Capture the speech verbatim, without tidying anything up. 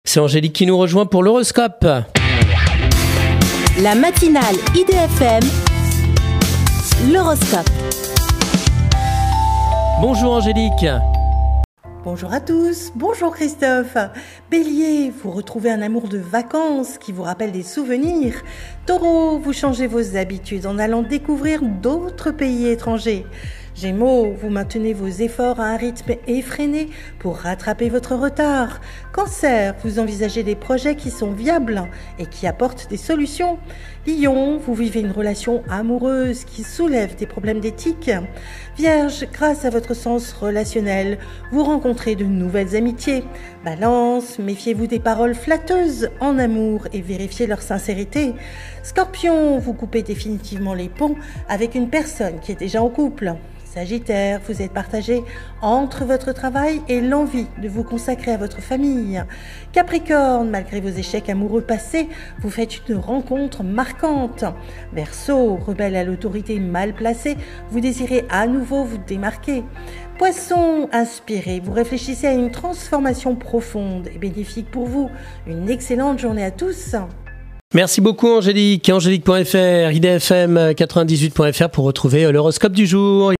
C'est Angélique qui nous rejoint pour l'horoscope. La matinale I D F M, l'horoscope. Bonjour Angélique. Bonjour à tous, bonjour Christophe. Bélier, vous retrouvez un amour de vacances qui vous rappelle des souvenirs. Taureau, vous changez vos habitudes en allant découvrir d'autres pays étrangers. Gémeaux, vous maintenez vos efforts à un rythme effréné pour rattraper votre retard. Cancer, vous envisagez des projets qui sont viables et qui apportent des solutions. Lion, vous vivez une relation amoureuse qui soulève des problèmes d'éthique. Vierge, grâce à votre sens relationnel, vous rencontrez de nouvelles amitiés. Balance, méfiez-vous des paroles flatteuses en amour et vérifiez leur sincérité. Scorpion, vous coupez définitivement les ponts avec une personne qui est déjà en couple. Sagittaire, vous êtes partagé entre votre travail et l'envie de vous consacrer à votre famille. Capricorne, malgré vos échecs amoureux passés, vous faites une rencontre marquante. Verseau, rebelle à l'autorité mal placée, vous désirez à nouveau vous démarquer. Poisson, inspiré, vous réfléchissez à une transformation profonde et bénéfique pour vous. Une excellente journée à tous. Merci beaucoup Angélique. Angélique point F R, I D F M quatre-vingt-dix-huit point F R pour retrouver l'horoscope du jour.